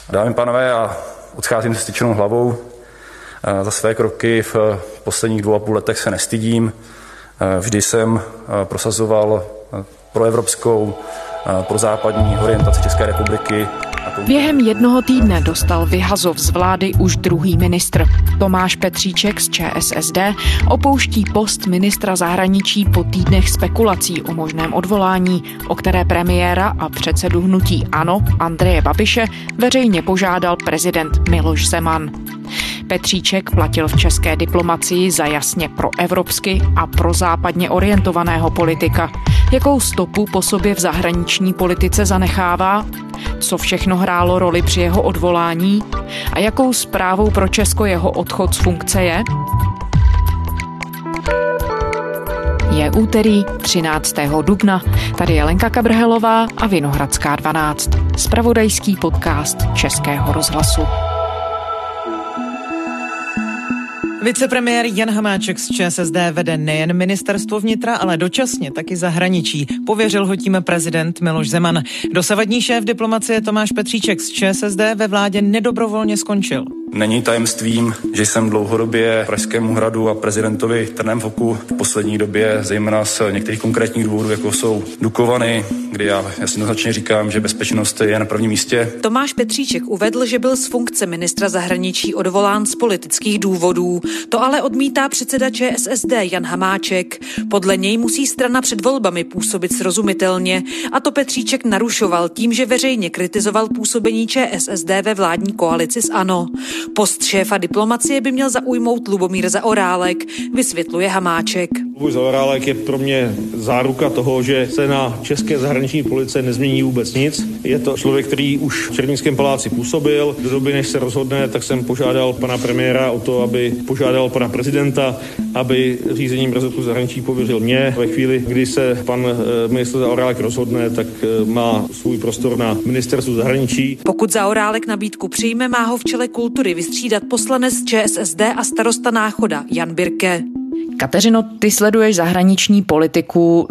Dámy a pánové, já odcházím se styčenou hlavou. Za své kroky v posledních 2,5 letech se nestydím. Vždy jsem prosazoval proevropskou, prozápadní orientaci České republiky. Během jednoho týdne dostal vyhazov z vlády už druhý ministr. Tomáš Petříček z ČSSD opouští post ministra zahraničí po týdnech spekulací o možném odvolání, o které premiéra a předsedu hnutí ANO Andreje Babiše veřejně požádal prezident Miloš Zeman. Petříček platil v české diplomacii za jasně proevropsky a prozápadně orientovaného politika. Jakou stopu po sobě v zahraniční politice zanechává? Co všechno hrálo roli při jeho odvolání? A jakou zprávou pro Česko jeho odchod z funkce je? Je úterý 13. dubna. Tady je Lenka Kabrhelová a Vinohradská 12. Zpravodajský podcast Českého rozhlasu. Vicepremiér Jan Hamáček z ČSSD vede nejen ministerstvo vnitra, ale dočasně taky zahraničí. Pověřil ho tím prezident Miloš Zeman. Dosavadní šéf diplomacie Tomáš Petříček z ČSSD ve vládě nedobrovolně skončil. Není tajemstvím, že jsem dlouhodobě Pražskému hradu a prezidentovi trnem v oku v poslední době, zejména z některých konkrétních důvodů, jako jsou Dukovany, kdy já jednoznačně říkám, že bezpečnost je na prvním místě. Tomáš Petříček uvedl, že byl z funkce ministra zahraničí odvolán z politických důvodů. To ale odmítá předseda ČSSD Jan Hamáček. Podle něj musí strana před volbami působit srozumitelně, a to Petříček narušoval tím, že veřejně kritizoval působení ČSSD ve vládní koalici s ANO. Post šéfa diplomacie by měl zaujmout Lubomír Zaorálek, vysvětluje Hamáček. Lubomír Zaorálek je pro mě záruka toho, že se na české zahraniční politice nezmění vůbec nic. Je to člověk, který už v Černínském paláci působil. Do doby, než se rozhodne, tak jsem požádal pana premiéra o to, aby požádal pana prezidenta, aby řízením rezortu zahraničí pověřil mě. Ve chvíli, kdy se pan ministr Zaorálek rozhodne, tak má svůj prostor na ministerstvu zahraničí. Pokud Zaorálek nabídku přijme, má ho v čele kultury vystřídat poslanec ČSSD a starosta Náchoda Jan Birke. Kateřino, ty sleduješ zahraniční politiku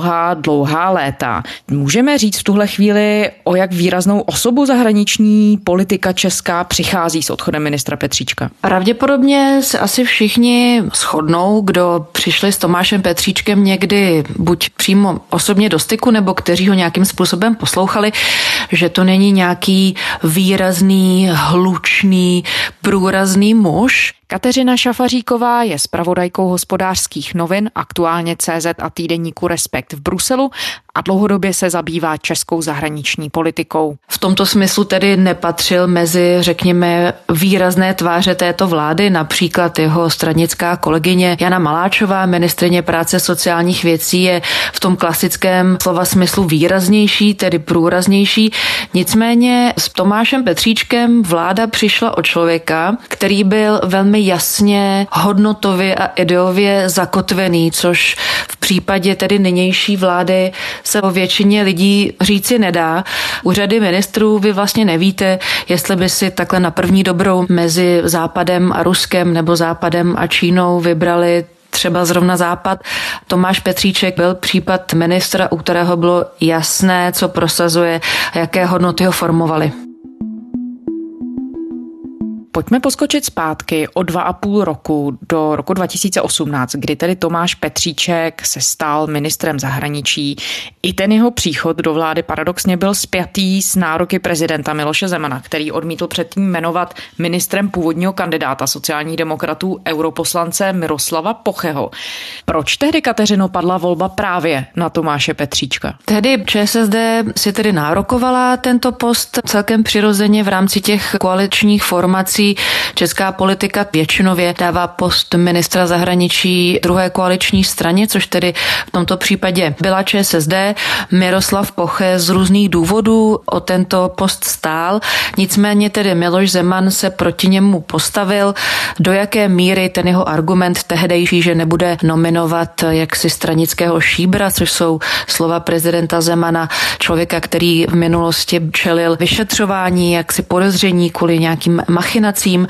dlouhá léta. Můžeme říct v tuhle chvíli, o jak výraznou osobu zahraniční politika česká přichází s odchodem ministra Petříčka? Pravděpodobně se asi všichni shodnou, kdo přišli s Tomášem Petříčkem někdy buď přímo osobně do styku, nebo kteří ho nějakým způsobem poslouchali, že to není nějaký výrazný, hlučný, průrazný muž. Kateřina Šafaříková je zpravodajkou Hospodářských novin, aktuálně CZ a týdeníku Respekt v Bruselu a dlouhodobě se zabývá českou zahraniční politikou. V tomto smyslu tedy nepatřil mezi, řekněme, výrazné tváře této vlády, například jeho stranická kolegyně Jana Maláčová, ministryně práce sociálních věcí, je v tom klasickém slova smyslu výraznější, tedy průraznější. Nicméně s Tomášem Petříčkem vláda přišla o člověka, který byl velmi jasně hodnotově a ideově zakotvený, což v případě tedy nynější vlády se o většině lidí říci nedá. U řady ministrů vy vlastně nevíte, jestli by si takhle na první dobrou mezi Západem a Ruskem nebo Západem a Čínou vybrali třeba zrovna Západ. Tomáš Petříček byl případ ministra, u kterého bylo jasné, co prosazuje a jaké hodnoty ho formovaly. Pojďme poskočit zpátky o 2,5 roku do roku 2018, kdy tedy Tomáš Petříček se stal ministrem zahraničí. I ten jeho příchod do vlády paradoxně byl spjatý s nároky prezidenta Miloše Zemana, který odmítl předtím jmenovat ministrem původního kandidáta sociálních demokratů europoslance Miroslava Pocheho. Proč tehdy, Kateřino, padla volba právě na Tomáše Petříčka? Tehdy ČSSD si tedy nárokovala tento post celkem přirozeně v rámci těch koaličních formací. Česká politika většinově dává post ministra zahraničí druhé koaliční straně, což tedy v tomto případě byla ČSSD. Miroslav Poche z různých důvodů o tento post stál, nicméně tedy Miloš Zeman se proti němu postavil. Do jaké míry ten jeho argument tehdejší, že nebude nominovat jaksi stranického šíbra, což jsou slova prezidenta Zemana, člověka, který v minulosti čelil vyšetřování, jaksi podezření kvůli nějakým machinacím,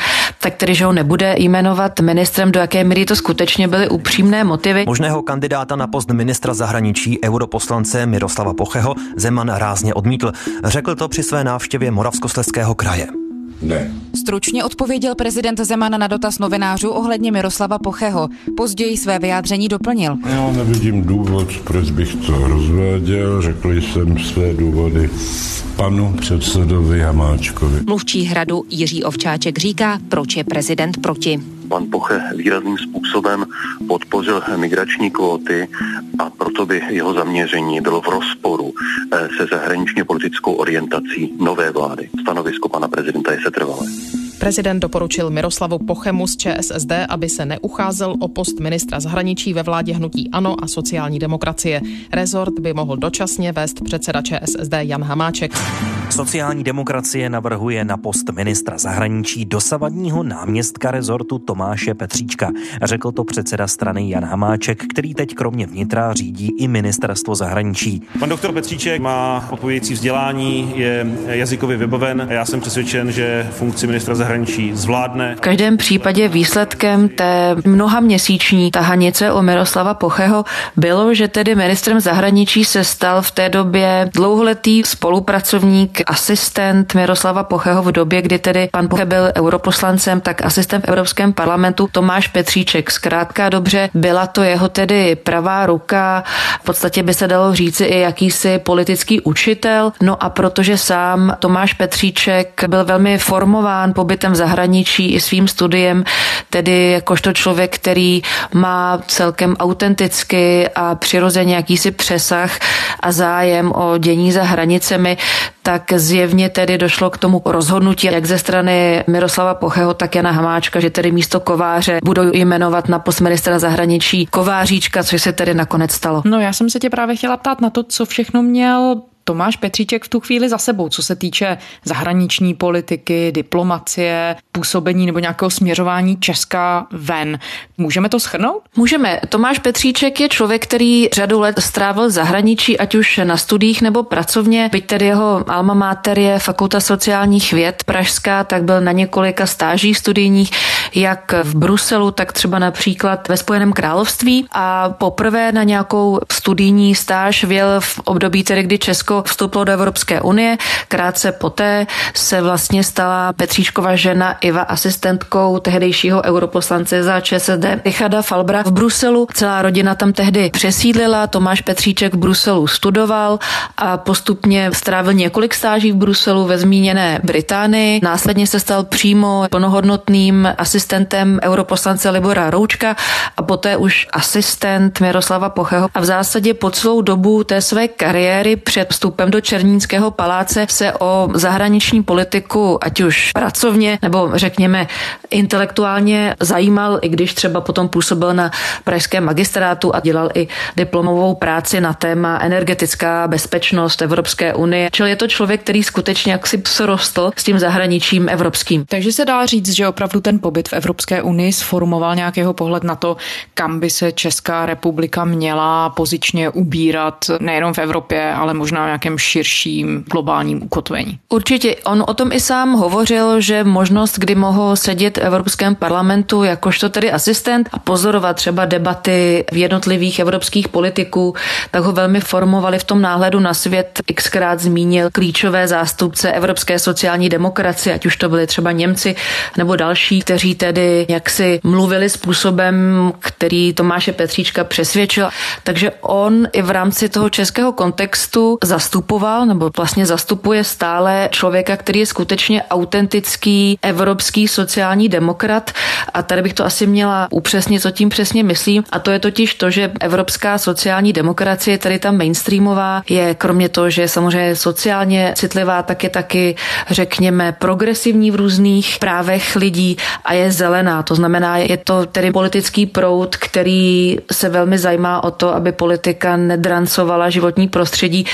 tak tedy, že ho nebude jmenovat ministrem, do jaké míry to skutečně byly upřímné motivy. Možného kandidáta na post ministra zahraničí europoslance Miroslava Pocheho Zeman rázně odmítl. Řekl to při své návštěvě Moravskoslezského kraje. Ne. Stručně odpověděl prezident Zeman na dotaz novinářů ohledně Miroslava Pocheho. Později své vyjádření doplnil. Já nevidím důvod, proč bych to rozváděl. Řekl jsem své důvody panu předsedovi Hamáčkovi. Mluvčí Hradu Jiří Ovčáček říká, proč je prezident proti. Pan Poche výrazným způsobem podpořil migrační kvóty a proto by jeho zaměření bylo v rozporu se zahraničně politickou orientací nové vlády. Stanovisko pana prezidenta je setrvalé. Prezident doporučil Miroslavu Pochemu z ČSSD, aby se neucházel o post ministra zahraničí ve vládě hnutí ANO a sociální demokracie. Rezort by mohl dočasně vést předseda ČSSD Jan Hamáček. Sociální demokracie navrhuje na post ministra zahraničí dosavadního náměstka rezortu Tomáše Petříčka. Řekl to předseda strany Jan Hamáček, který teď kromě vnitra řídí i ministerstvo zahraničí. Pan doktor Petříček má odpovědějící vzdělání, je jazykově vybaven a já jsem přesvědčen, že funkci ministra zahraničí zvládne. V každém případě výsledkem té mnohaměsíční tahanice o Miroslava Pocheho bylo, že tedy ministrem zahraničí se stal v té době dlouholetý spolupracovník, asistent Miroslava Pocheho v době, kdy tedy pan Poche byl europoslancem, tak asistent v Evropském parlamentu Tomáš Petříček. Zkrátka dobře, byla to jeho tedy pravá ruka, v podstatě by se dalo říci i jakýsi politický učitel. No a protože sám Tomáš Petříček byl velmi formován pobytem v zahraničí i svým studiem, tedy jakožto člověk, který má celkem autenticky a přirozeně jakýsi přesah a zájem o dění za hranicemi, tak zjevně tedy došlo k tomu rozhodnutí, jak ze strany Miroslava Pocheho, tak Jana Hamáčka, že tedy místo Kováře budou jmenovat na post ministra zahraničí Kováříčka, což se tedy nakonec stalo. No, já jsem se tě právě chtěla ptát na to, co všechno měl Tomáš Petříček v tu chvíli za sebou, co se týče zahraniční politiky, diplomacie, působení nebo nějakého směřování Česka ven. Můžeme to shrnout? Můžeme. Tomáš Petříček je člověk, který řadu let strávil v zahraničí, ať už na studiích nebo pracovně. Byť tedy jeho alma mater je Fakulta sociálních věd pražská, tak byl na několika stážích studijních, jak v Bruselu, tak třeba například ve Spojeném království. A poprvé na nějakou studijní stáž vyjel v období tedy, kdy Česko vstoupilo do Evropské unie. Krátce poté se vlastně stala Petříčkova žena Iva asistentkou tehdejšího europoslance za ČSSD Richarda Falbra v Bruselu. Celá rodina tam tehdy přesídlila. Tomáš Petříček v Bruselu studoval a postupně strávil několik stáží v Bruselu ve zmíněné Británii. Následně se stal přímo plnohodnotným asistentem europoslance Libora Roučka a poté už asistent Miroslava Pocheho. A v zásadě po celou dobu té své kariéry před vstupem do Černínského paláce se o zahraniční politiku, ať už pracovně nebo řekněme intelektuálně zajímal, i když třeba potom působil na pražském magistrátu a dělal i diplomovou práci na téma energetická bezpečnost Evropské unie. Čili je to člověk, který skutečně jaksi srostl s tím zahraničím evropským. Takže se dá říct, že opravdu ten pobyt v Evropské unii sformoval nějakého pohled na to, kam by se Česká republika měla pozičně ubírat nejenom v Evropě, ale možná v nějakém širším globálním ukotvení. Určitě. On o tom i sám hovořil, že možnost, kdy mohl sedět v Evropském parlamentu jakožto tedy asistent a pozorovat třeba debaty v jednotlivých evropských politiků, tak ho velmi formovali v tom náhledu na svět. Xkrát zmínil klíčové zástupce evropské sociální demokracie, ať už to byli třeba Němci nebo další, kteří tedy jaksi mluvili způsobem, který Tomáše Petříčka přesvědčil. Takže on i v rámci toho českého kontextu zastupoval nebo vlastně zastupuje stále člověka, který je skutečně autentický evropský sociální demokrat. A tady bych to asi měla upřesnit, co tím přesně myslím. A to je totiž to, že evropská sociální demokracie, tady ta mainstreamová, je kromě toho, že je samozřejmě sociálně citlivá, tak je taky, řekněme, progresivní v různých právech lidí a je zelená. To znamená, je to tedy politický proud, který se velmi zajímá o to, aby politika nedrancovala životní prostředí. To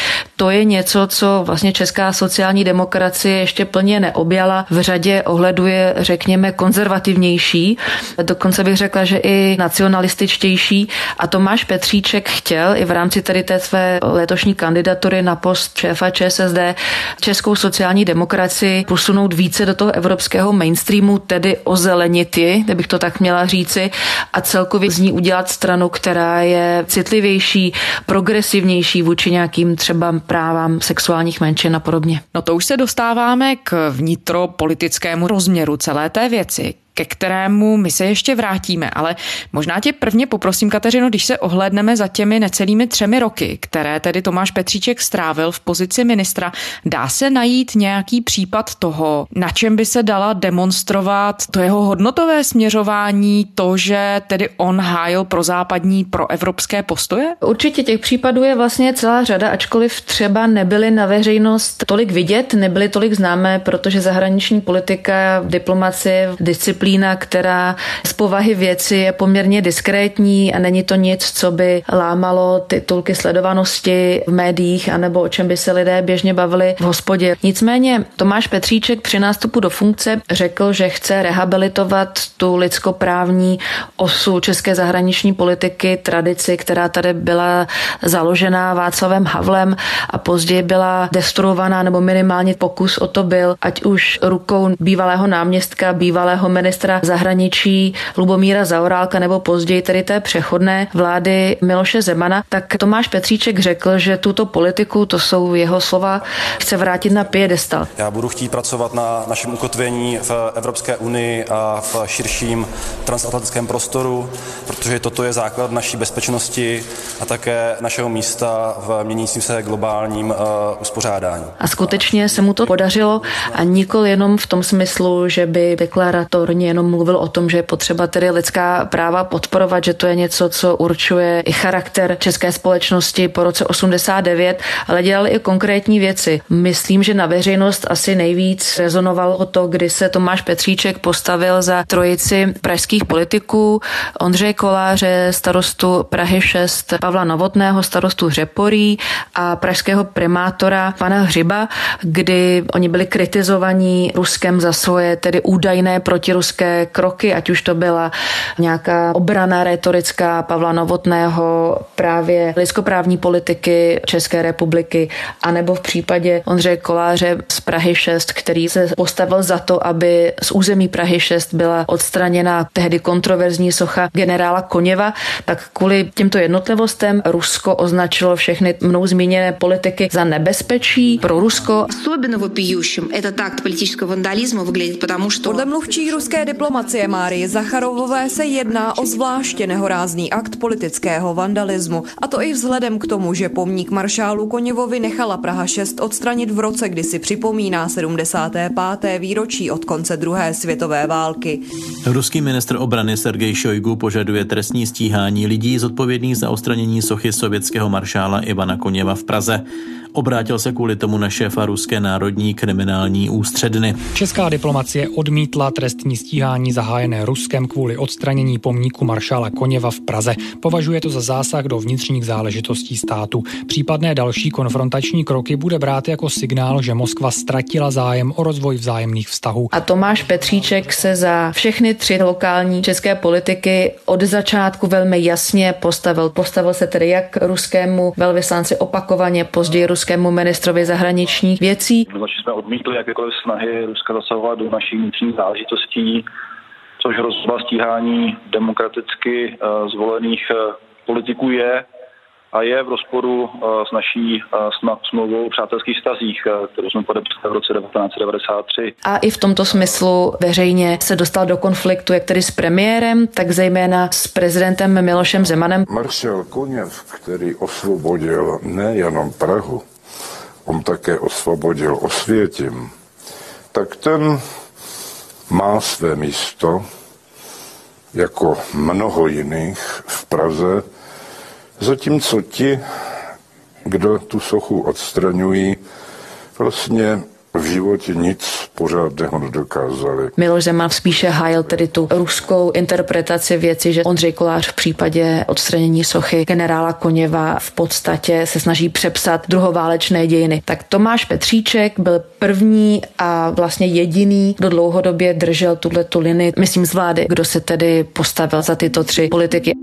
to je něco, co vlastně česká sociální demokracie ještě plně neobjala. V řadě ohledu je, řekněme, konzervativnější, dokonce bych řekla, že i nacionalističtější. A Tomáš Petříček chtěl i v rámci tady té své letošní kandidatury na post šéfa ČSSD českou sociální demokracii posunout více do toho evropského mainstreamu, tedy ozelenit ji, kdybych to tak měla říci, a celkově z ní udělat stranu, která je citlivější, progresivnější vůči nějakým třeba právám sexuálních menšin a podobně. No to už se dostáváme k vnitropolitickému rozměru celé té věci, ke kterému my se ještě vrátíme, ale možná tě prvně poprosím, Kateřino, když se ohlédneme za těmi necelými 3 roky, které tedy Tomáš Petříček strávil v pozici ministra, dá se najít nějaký případ toho, na čem by se dala demonstrovat to jeho hodnotové směřování, to, že tedy on hájil prozápadní, proevropské postoje? Určitě těch případů je vlastně celá řada, ačkoliv třeba nebyly na veřejnost tolik vidět, nebyly tolik známé, protože zahraniční politika, diplomacie, disciplína, která z povahy věci je poměrně diskrétní a není to nic, co by lámalo titulky sledovanosti v médiích anebo o čem by se lidé běžně bavili v hospodě. Nicméně Tomáš Petříček při nástupu do funkce řekl, že chce rehabilitovat tu lidskoprávní osu české zahraniční politiky, tradici, která tady byla založená Václavem Havlem a později byla destruovaná, nebo minimálně pokus o to byl, ať už rukou bývalého náměstka, bývalého ministra zahraničí Lubomíra Zaorálka nebo později tedy té přechodné vlády Miloše Zemana, tak Tomáš Petříček řekl, že tuto politiku, to jsou jeho slova, chce vrátit na piedestal. Já budu chtít pracovat na našem ukotvení v Evropské unii a v širším transatlantickém prostoru, protože toto je základ naší bezpečnosti a také našeho místa v měnícím se globálním uspořádání. A skutečně se mu to podařilo a nikoli jenom v tom smyslu, že by deklaratorně jenom mluvil o tom, že je potřeba tedy lidská práva podporovat, že to je něco, co určuje i charakter české společnosti po roce 89, ale dělal i konkrétní věci. Myslím, že na veřejnost asi nejvíc rezonovalo to, kdy se Tomáš Petříček postavil za trojici pražských politiků, Ondřeje Koláře, starostu Prahy 6, Pavla Novotného, starostu Řeporí a pražského primátora pana Hřiba, kdy oni byli kritizovaní Ruskem za svoje tedy údajné protiruské kroky, ať už to byla nějaká obrana retorická Pavla Novotného právě lidskoprávní politiky České republiky, anebo v případě Ondřeje Koláře z Prahy 6, který se postavil za to, aby z území Prahy 6 byla odstraněna tehdy kontroverzní socha generála Koněva, tak kvůli těmto jednotlivostem Rusko označilo všechny mnou zmíněné politiky za nebezpečí pro Rusko. Особенно вопиющим этот акт политического вандализма выглядит, потому что... Podle mluvčí ruské diplomacie Márie Zacharovové se jedná o zvláště nehorázný akt politického vandalismu. A to i vzhledem k tomu, že pomník maršálu Koněvovi nechala Praha 6 odstranit v roce, kdy si připomíná 75. výročí od konce druhé světové války. Ruský ministr obrany Sergej Šojgu požaduje trestní stíhání lidí zodpovědných za odstranění sochy sovětského maršála Ivana Koněva v Praze. Obrátil se kvůli tomu na šéfa ruské národní kriminální ústředny. Česká diplomacie odmítla trestní stíhání zahájené Ruskem kvůli odstranění pomníku maršála Koněva v Praze. Považuje to za zásah do vnitřních záležitostí státu. Případné další konfrontační kroky bude brát jako signál, že Moskva ztratila zájem o rozvoj vzájemných vztahů. A Tomáš Petříček se za všechny 3 lokální české politiky od začátku velmi jasně postavil. Postavil se tedy jak ruskému velvyslanci opakovaně, později ruskému ministrovi zahraničních věcí. Vlastně jsme odmítli jakékoliv snahy Ruska zasahovat do našich vnitřních záležitostí, což hrozba stíhání demokraticky zvolených politiků je a je v rozporu s naší smlouvou o přátelských vztazích, kterou jsme podepsali v roce 1993. A i v tomto smyslu veřejně se dostal do konfliktu jak tedy s premiérem, tak zejména s prezidentem Milošem Zemanem. Maršál Koněv, který osvobodil nejenom Prahu, on také osvobodil Osvětim, tak ten má své místo, jako mnoho jiných v Praze, zatímco ti, kdo tu sochu odstraňují, vlastně v životě nic pořádného nedokázali. Miloš Zeman spíše hájil tedy tu ruskou interpretaci věci, že Ondřej Kolář v případě odstranění sochy generála Koněva v podstatě se snaží přepsat druhoválečné dějiny. Tak Tomáš Petříček byl první a vlastně jediný, kdo dlouhodobě držel tuhletu linii, myslím z vlády, kdo se tedy postavil za tyto tři politiky.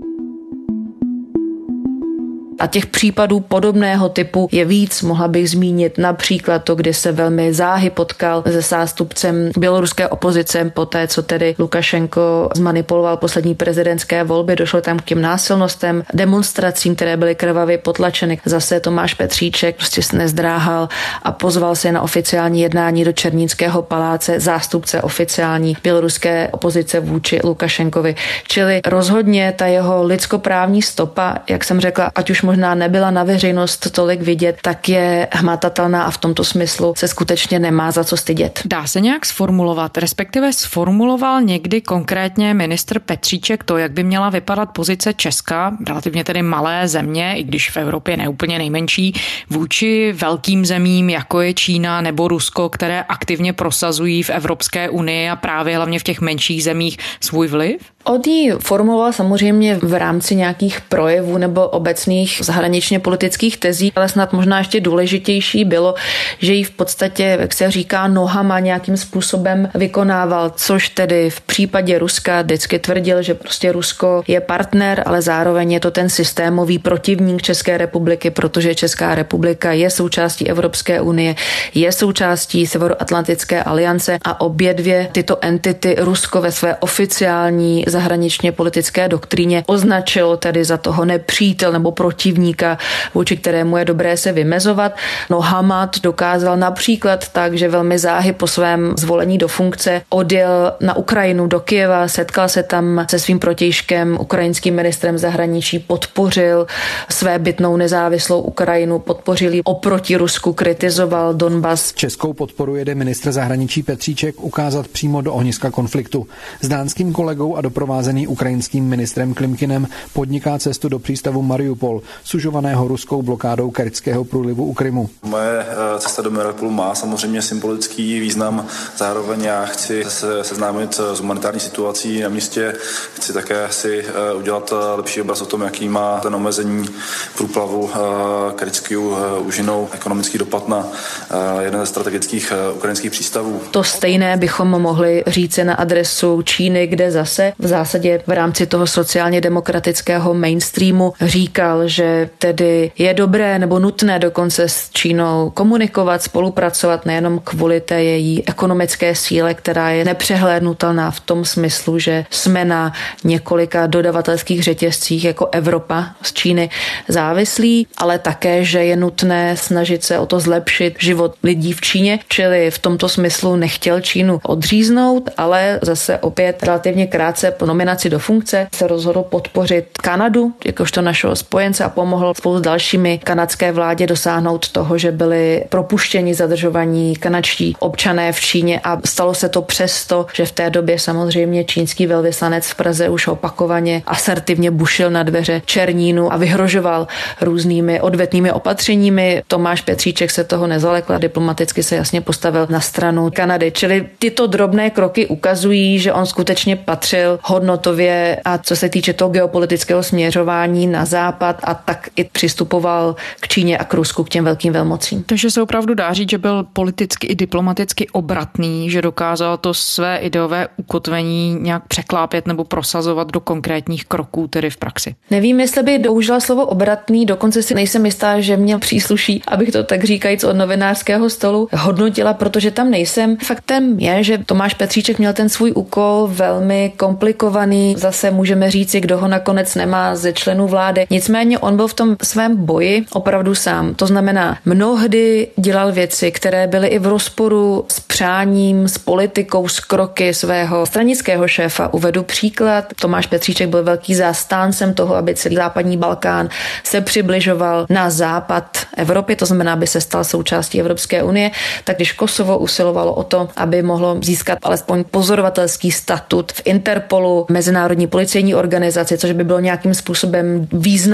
A těch případů podobného typu je víc. Mohla bych zmínit například to, kdy se velmi záhy potkal se zástupcem běloruské opozice po té, co tedy Lukašenko zmanipuloval poslední prezidentské volby. Došlo tam k těm násilnostem, demonstracím, které byly krvavě potlačeny. Zase Tomáš Petříček prostě se nezdráhal a pozval se na oficiální jednání do Černínského paláce zástupce oficiální běloruské opozice vůči Lukašenkovi. Čili rozhodně ta jeho lidskoprávní stopa, jak jsem řekla, ať už možná nebyla na veřejnost tolik vidět, tak je hmatatelná a v tomto smyslu se skutečně nemá za co stydět. Dá se nějak sformulovat, respektive sformuloval někdy konkrétně ministr Petříček to, jak by měla vypadat pozice Česka, relativně tedy malé země, i když v Evropě neúplně nejmenší, vůči velkým zemím, jako je Čína nebo Rusko, které aktivně prosazují v Evropské unii a právě hlavně v těch menších zemích svůj vliv? On ji formuloval samozřejmě v rámci nějakých projevů nebo obecných zahraničně politických tezí, ale snad možná ještě důležitější bylo, že ji v podstatě, jak se říká, nohama nějakým způsobem vykonával, což tedy v případě Ruska vždycky tvrdil, že prostě Rusko je partner, ale zároveň je to ten systémový protivník České republiky, protože Česká republika je součástí Evropské unie, je součástí Severoatlantické aliance a obě dvě tyto entity Rusko ve své oficiální zahraničně politické doktríně označilo tedy za toho nepřítel nebo protivníka, vůči kterému je dobré se vymezovat. No Hamad dokázal například tak, že velmi záhy po svém zvolení do funkce odjel na Ukrajinu do Kyjeva, setkal se tam se svým protějškem, ukrajinským ministrem zahraničí, podpořil svébytnou nezávislou Ukrajinu, podpořil ji oproti Rusku, kritizoval Donbas. Českou podporu jede ministr zahraničí Petříček ukázat přímo do ohniska konfliktu. S dánským kolegou a doprovázený ukrajinským ministrem Klimkinem podniká cestu do přístavu Mariupol, sužovaného ruskou blokádou Kerčského průlivu u Krymu. Moje cesta do Mariupolu má samozřejmě symbolický význam, zároveň já chci se seznámit s humanitární situací na místě, chci také si udělat lepší obraz o tom, jaký má ten omezení průplavu Kerčskou úžinou ekonomický dopad na jeden ze strategických ukrajinských přístavů. To stejné bychom mohli říci na adresu Číny, kde zase v zásadě v rámci toho sociálně demokratického mainstreamu říkal, že tedy je dobré nebo nutné dokonce s Čínou komunikovat, spolupracovat nejenom kvůli té její ekonomické síle, která je nepřehlédnutelná v tom smyslu, že jsme na několika dodavatelských řetězcích jako Evropa z Číny závislí, ale také, že je nutné snažit se o to zlepšit život lidí v Číně, čili v tomto smyslu nechtěl Čínu odříznout, ale zase opět relativně krátce po nominaci do funkce se rozhodl podpořit Kanadu, jakožto našeho spojence a pomohl spolu s dalšími kanadské vládě dosáhnout toho, že byli propuštěni zadržovaní kanadští občané v Číně a stalo se to přesto, že v té době samozřejmě čínský velvyslanec v Praze už opakovaně asertivně bušil na dveře Černínu a vyhrožoval různými odvetnými opatřeními. Tomáš Petříček se toho nezalekl a diplomaticky se jasně postavil na stranu Kanady. Čili tyto drobné kroky ukazují, že on skutečně patřil hodnotově a co se týče toho geopolitického směřování na západ a tak i přistupoval k Číně a k Rusku, k těm velkým velmocím. Takže se opravdu dá říct, že byl politicky i diplomaticky obratný, že dokázal to své ideové ukotvení nějak překlápět nebo prosazovat do konkrétních kroků, tedy v praxi. Nevím, jestli by použila slovo obratný, dokonce si nejsem jistá, že mě přísluší, abych to tak říkajíc od novinářského stolu hodnotila, protože tam nejsem. Faktem je, že Tomáš Petříček měl ten svůj úkol velmi komplikovaný. Zase můžeme říci, kdo ho nakonec nemá ze členů vlády. Nicméně on byl v tom svém boji opravdu sám. To znamená, mnohdy dělal věci, které byly i v rozporu s přáním, s politikou, s kroky svého stranického šéfa. Uvedu příklad. Tomáš Petříček byl velký zastáncem toho, aby celý západní Balkán se přibližoval na západ Evropy, to znamená, aby se stal součástí Evropské unie, tak když Kosovo usilovalo o to, aby mohlo získat alespoň pozorovatelský statut v Interpolu, mezinárodní policejní organizaci, což by bylo nějakým způsobem významné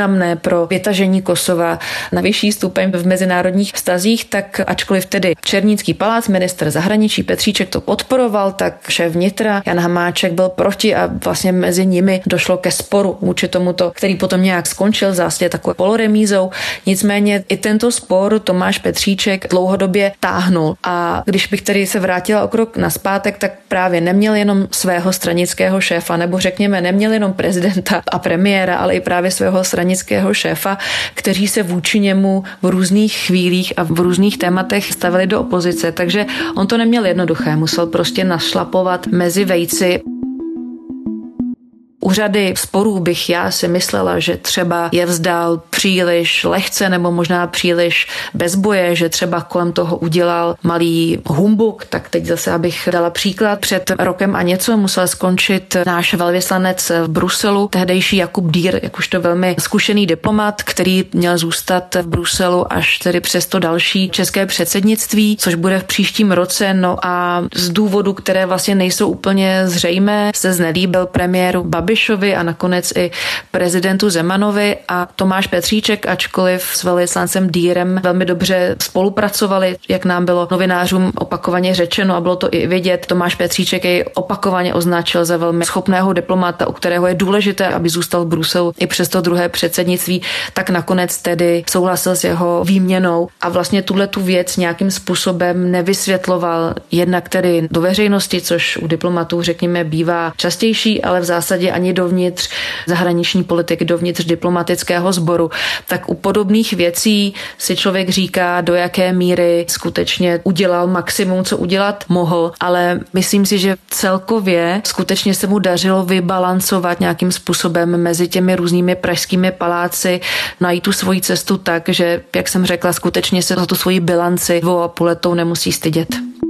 pro vytažení Kosova na vyšší stupeň v mezinárodních vztazích, tak ačkoliv tedy Černínský palác, ministr zahraničí Petříček to podporoval, tak šéf vnitra Jan Hamáček byl proti a vlastně mezi nimi došlo ke sporu vůči tomuto, který potom nějak skončil zase takové poloremízou. Nicméně i tento spor Tomáš Petříček dlouhodobě táhnul. A když bych tedy se vrátila o krok nazpátek, tak právě neměl jenom svého stranického šéfa, nebo řekněme, neměl jenom prezidenta a premiéra, ale i právě svého stranického šéfa, kteří se vůči němu v různých chvílích a v různých tématech stavili do opozice. Takže on to neměl jednoduché, musel prostě našlapovat mezi vejci. U řady sporů bych já si myslela, že třeba je vzdal příliš lehce nebo možná příliš bez boje, že třeba kolem toho udělal malý humbuk. Tak teď zase, abych dala příklad. Před rokem a něco musel skončit náš velvyslanec v Bruselu, tehdejší Jakub Dýr, jakožto velmi zkušený diplomat, který měl zůstat v Bruselu až tedy přes to další české předsednictví, což bude v příštím roce. No a z důvodu, které vlastně nejsou úplně zřejmé, se znelíbil premiéru Babišovi a nakonec i prezidentu Zemanovi a Tomáš Petříček, ačkoliv s velvyslancem Dýrem velmi dobře spolupracovali, jak nám bylo novinářům opakovaně řečeno a bylo to i vidět. Tomáš Petříček jej opakovaně označil za velmi schopného diplomata, u kterého je důležité, aby zůstal v Bruselu i přes to druhé předsednictví, tak nakonec tedy souhlasil s jeho výměnou a vlastně tu věc nějakým způsobem nevysvětloval jednak tedy do veřejnosti, což u diplomatů řekněme bývá častější, ale v zásadě ani dovnitř zahraniční politiky, dovnitř diplomatického sboru, tak u podobných věcí si člověk říká, do jaké míry skutečně udělal maximum, co udělat mohl, ale myslím si, že celkově skutečně se mu dařilo vybalancovat nějakým způsobem mezi těmi různými pražskými paláci, najít tu svoji cestu tak, že, jak jsem řekla, skutečně se za tu svoji bilanci 2,5 letou nemusí stydět.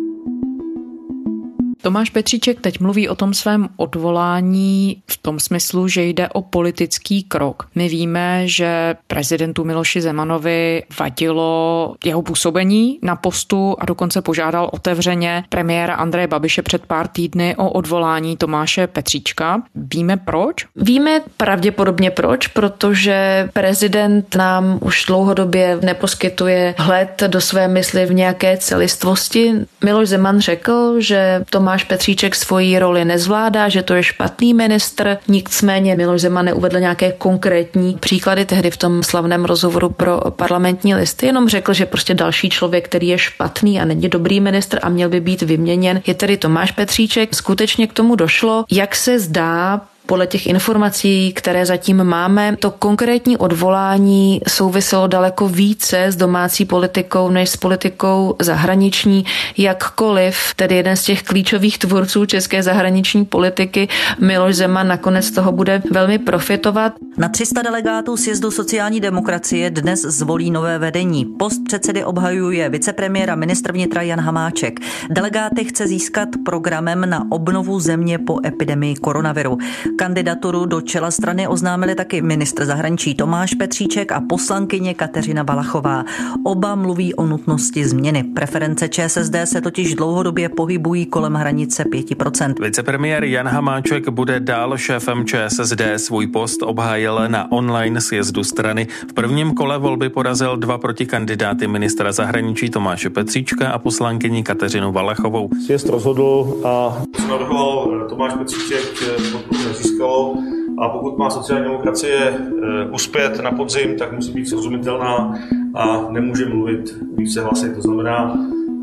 Tomáš Petříček teď mluví o tom svém odvolání v tom smyslu, že jde o politický krok. My víme, že prezidentu Miloši Zemanovi vadilo jeho působení na postu a dokonce požádal otevřeně premiéra Andreje Babiše před pár týdny o odvolání Tomáše Petříčka. Víme proč? Víme pravděpodobně proč, protože prezident nám už dlouhodobě neposkytuje vhled do své mysli v nějaké celistvosti. Miloš Zeman řekl, že Tomáš Petříček svoji roli nezvládá, že to je špatný ministr. Nicméně Miloš Zeman neuvedl nějaké konkrétní příklady tehdy v tom slavném rozhovoru pro Parlamentní listy, jenom řekl, že prostě další člověk, který je špatný a není dobrý ministr a měl by být vyměněn, je tedy Tomáš Petříček. Skutečně k tomu došlo, jak se zdá, podle těch informací, které zatím máme, to konkrétní odvolání souviselo daleko více s domácí politikou než s politikou zahraniční, jakkoliv tedy jeden z těch klíčových tvůrců české zahraniční politiky, Miloš Zeman, nakonec toho bude velmi profitovat. Na 300 delegátů sjezdu sociální demokracie dnes zvolí nové vedení. Post předsedy obhajuje vicepremiér a ministr vnitra Jan Hamáček. Delegáty chce získat programem na obnovu země po epidemii koronaviru. Kandidaturu do čela strany oznámili taky ministr zahraničí Tomáš Petříček a poslankyně Kateřina Valachová. Oba mluví o nutnosti změny. Preference ČSSD se totiž dlouhodobě pohybují kolem hranice 5%. Vicepremiér Jan Hamáček bude dál šéfem ČSSD. Svůj post obhájil na online sjezdu strany. V prvním kole volby porazil 2 protikandidáty, ministra zahraničí Tomáše Petříčka a poslankyni Kateřinu Valachovou. Sjezd rozhodl a co navrhoval Tomáš Petříček, nezískalo. A pokud má sociální demokracie uspět na podzim, tak musí být srozumitelná a nemůže mluvit více hlasy. To znamená,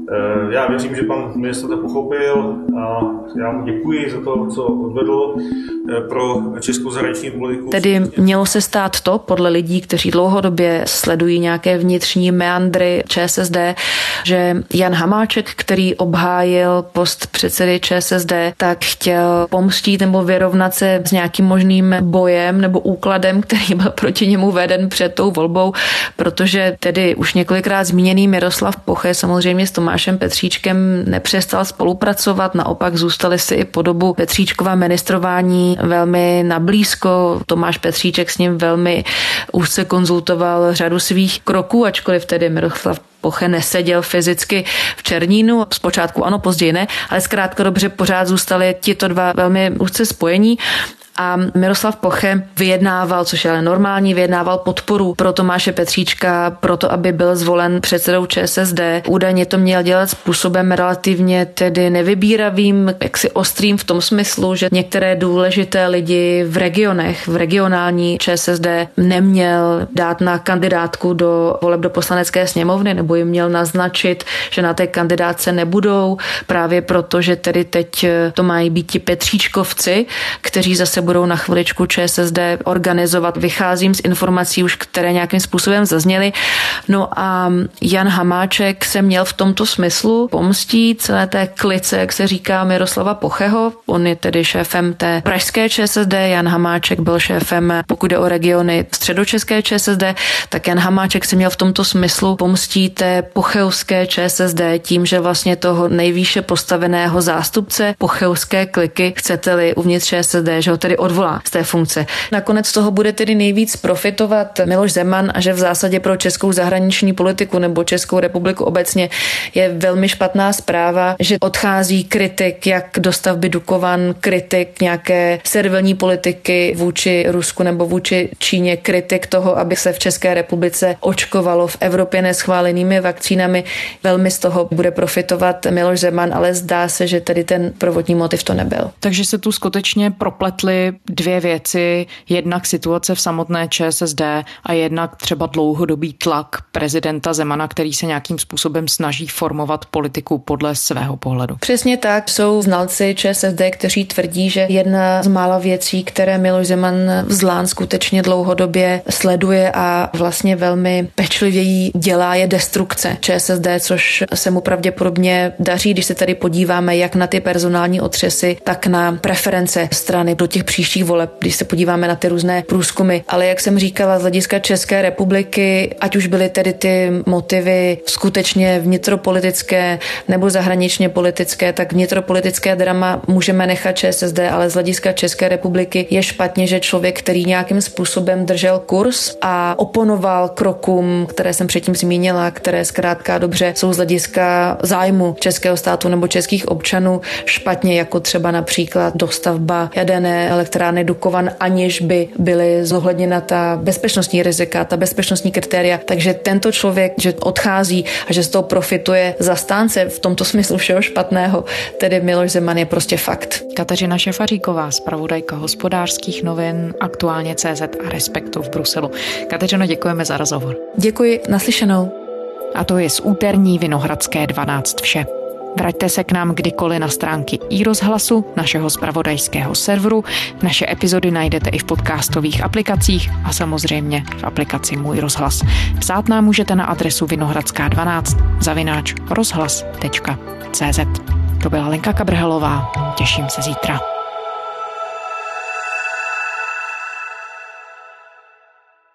já věřím, že pan ministr to pochopil a já mu děkuji za to, co odvedl pro českou zahraniční politiku. Tedy mělo se stát to, podle lidí, kteří dlouhodobě sledují nějaké vnitřní meandry ČSSD, že Jan Hamáček, který obhájil post předsedy ČSSD, tak chtěl pomstít nebo vyrovnat se s nějakým možným bojem nebo úkladem, který byl proti němu veden před tou volbou, protože tedy už několikrát zmíněný Miroslav Poche samozřejmě s Tomášem Petříčkem nepřestal spolupracovat, naopak zůstali si i po dobu Petříčkova ministrování velmi nablízko. Tomáš Petříček s ním velmi úzce konzultoval řadu svých kroků, ačkoliv tedy Miroslav Poche neseděl fyzicky v Černínu, zpočátku ano, později ne, ale zkrátka dobře pořád zůstali tito dva velmi úzce spojení. a Miroslav Poche vyjednával, což je ale normální, vyjednával podporu pro Tomáše Petříčka, proto aby byl zvolen předsedou ČSSD. Údajně to měl dělat způsobem relativně tedy nevybíravým, jaksi ostrým v tom smyslu, že některé důležité lidi v regionech, v regionální ČSSD neměl dát na kandidátku do voleb do Poslanecké sněmovny, nebo jim měl naznačit, že na té kandidátce nebudou, právě proto, že tedy teď to mají být ti Petříčkovci, kteří zase budou na chviličku ČSSD organizovat. Vycházím z informací už, které nějakým způsobem zazněly. No a Jan Hamáček se měl v tomto smyslu pomstít celé té klice, jak se říká, Miroslava Pocheho. On je tedy šéfem té pražské ČSSD, Jan Hamáček byl šéfem, pokud jde o regiony středočeské ČSSD, tak Jan Hamáček se měl v tomto smyslu pomstít té pocheovské ČSSD tím, že vlastně toho nejvýše postaveného zástupce pocheovské kliky, chcete-li uvnitř ČSSD, že ho tedy odvolá z té funkce. Nakonec toho bude tedy nejvíc profitovat Miloš Zeman a že v zásadě pro českou zahraniční politiku nebo Českou republiku obecně je velmi špatná zpráva, že odchází kritik jak dostavby Dukovan, kritik nějaké servilní politiky vůči Rusku nebo vůči Číně, kritik toho, aby se v České republice očkovalo v Evropě neschválenými vakcínami. Velmi z toho bude profitovat Miloš Zeman, ale zdá se, že tady ten prvotní motiv to nebyl. Takže se tu skutečně propletly dvě věci, jednak situace v samotné ČSSD a jednak třeba dlouhodobý tlak prezidenta Zemana, který se nějakým způsobem snaží formovat politiku podle svého pohledu. Přesně tak, jsou znalci ČSSD, kteří tvrdí, že jedna z mála věcí, které Miloš Zeman vzlán skutečně dlouhodobě sleduje a vlastně velmi pečlivě jí dělá, je destrukce ČSSD, což se mu pravděpodobně daří, když se tady podíváme jak na ty personální otřesy, tak na preference strany do těch příštích voleb, když se podíváme na ty různé průzkumy. Ale jak jsem říkala, z hlediska České republiky, ať už byly tedy ty motivy skutečně vnitropolitické nebo zahraničně politické, tak vnitropolitické drama můžeme nechat ČSSD, ale z hlediska České republiky je špatně, že člověk, který nějakým způsobem držel kurz a oponoval krokům, které jsem předtím zmínila, které zkrátka dobře jsou z hlediska zájmu českého státu nebo českých občanů špatně, jako třeba například dostavba jaderné elektrárny Dukovan, aniž by byly zohledněna ta bezpečnostní rizika, ta bezpečnostní kritéria. Takže tento člověk, že odchází a že z toho profituje zastánce v tomto smyslu všeho špatného, tedy Miloš Zeman, je prostě fakt. Kateřina Šafaříková, zpravodajka Hospodářských novin, Aktuálně CZ a Respektu v Bruselu. Kateřino, děkujeme za rozhovor. Děkuji, naslyšenou. A to je z úterní Vinohradské 12 vše. Vraťte se k nám kdykoliv na stránky iRozhlasu, našeho zpravodajského serveru. Naše epizody najdete i v podcastových aplikacích a samozřejmě v aplikaci Můj rozhlas. Psát nám můžete na adresu vinohradská12 @rozhlas.cz. To byla Lenka Kabrhelová. Těším se zítra.